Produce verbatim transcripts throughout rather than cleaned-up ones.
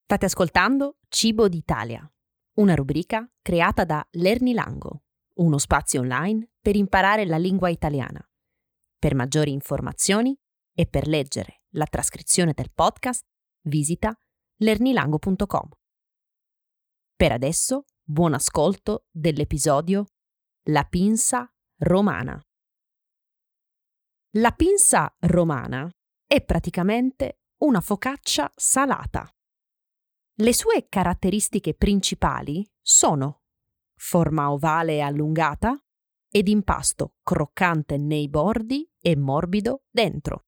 State ascoltando Cibo d'Italia, una rubrica creata da Lernilango, uno spazio online per imparare la lingua italiana. Per maggiori informazioni e per leggere la trascrizione del podcast, visita lernilango punto com. Per adesso, buon ascolto dell'episodio La pinza romana. La pinza romana è praticamente una focaccia salata. Le sue caratteristiche principali sono forma ovale e allungata ed impasto croccante nei bordi e morbido dentro.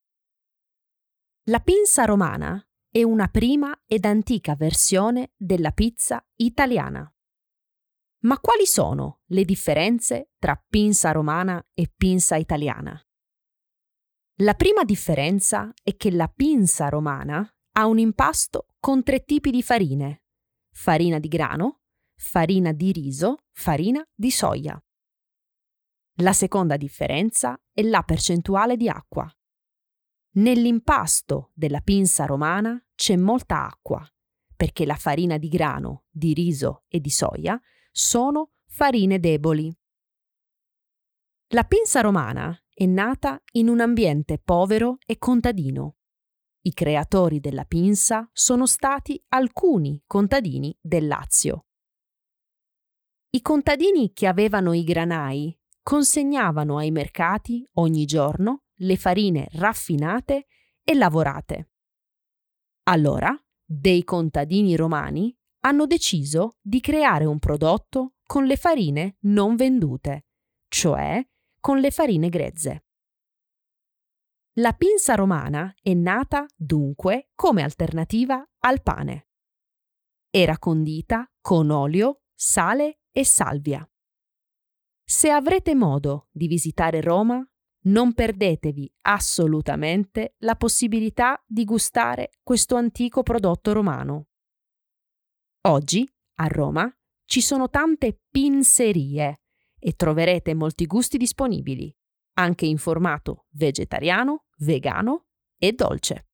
La pinza romana è una prima ed antica versione della pizza italiana. Ma quali sono le differenze tra pinza romana e pinza italiana? La prima differenza è che la pinza romana ha un impasto con tre tipi di farine: farina di grano, farina di riso, farina di soia. La seconda differenza è la percentuale di acqua. Nell'impasto della pinza romana c'è molta acqua, perché la farina di grano, di riso e di soia sono farine deboli. La pinza romana è nata in un ambiente povero e contadino. I creatori della pinza sono stati alcuni contadini del Lazio. I contadini che avevano i granai consegnavano ai mercati ogni giorno le farine raffinate e lavorate. Allora, dei contadini romani hanno deciso di creare un prodotto con le farine non vendute, cioè con le farine grezze. La pinza romana è nata, dunque, come alternativa al pane. Era condita con olio, sale e salvia. Se avrete modo di visitare Roma, non perdetevi assolutamente la possibilità di gustare questo antico prodotto romano. Oggi, a Roma, ci sono tante pinzerie e troverete molti gusti disponibili, anche in formato vegetariano, vegano e dolce.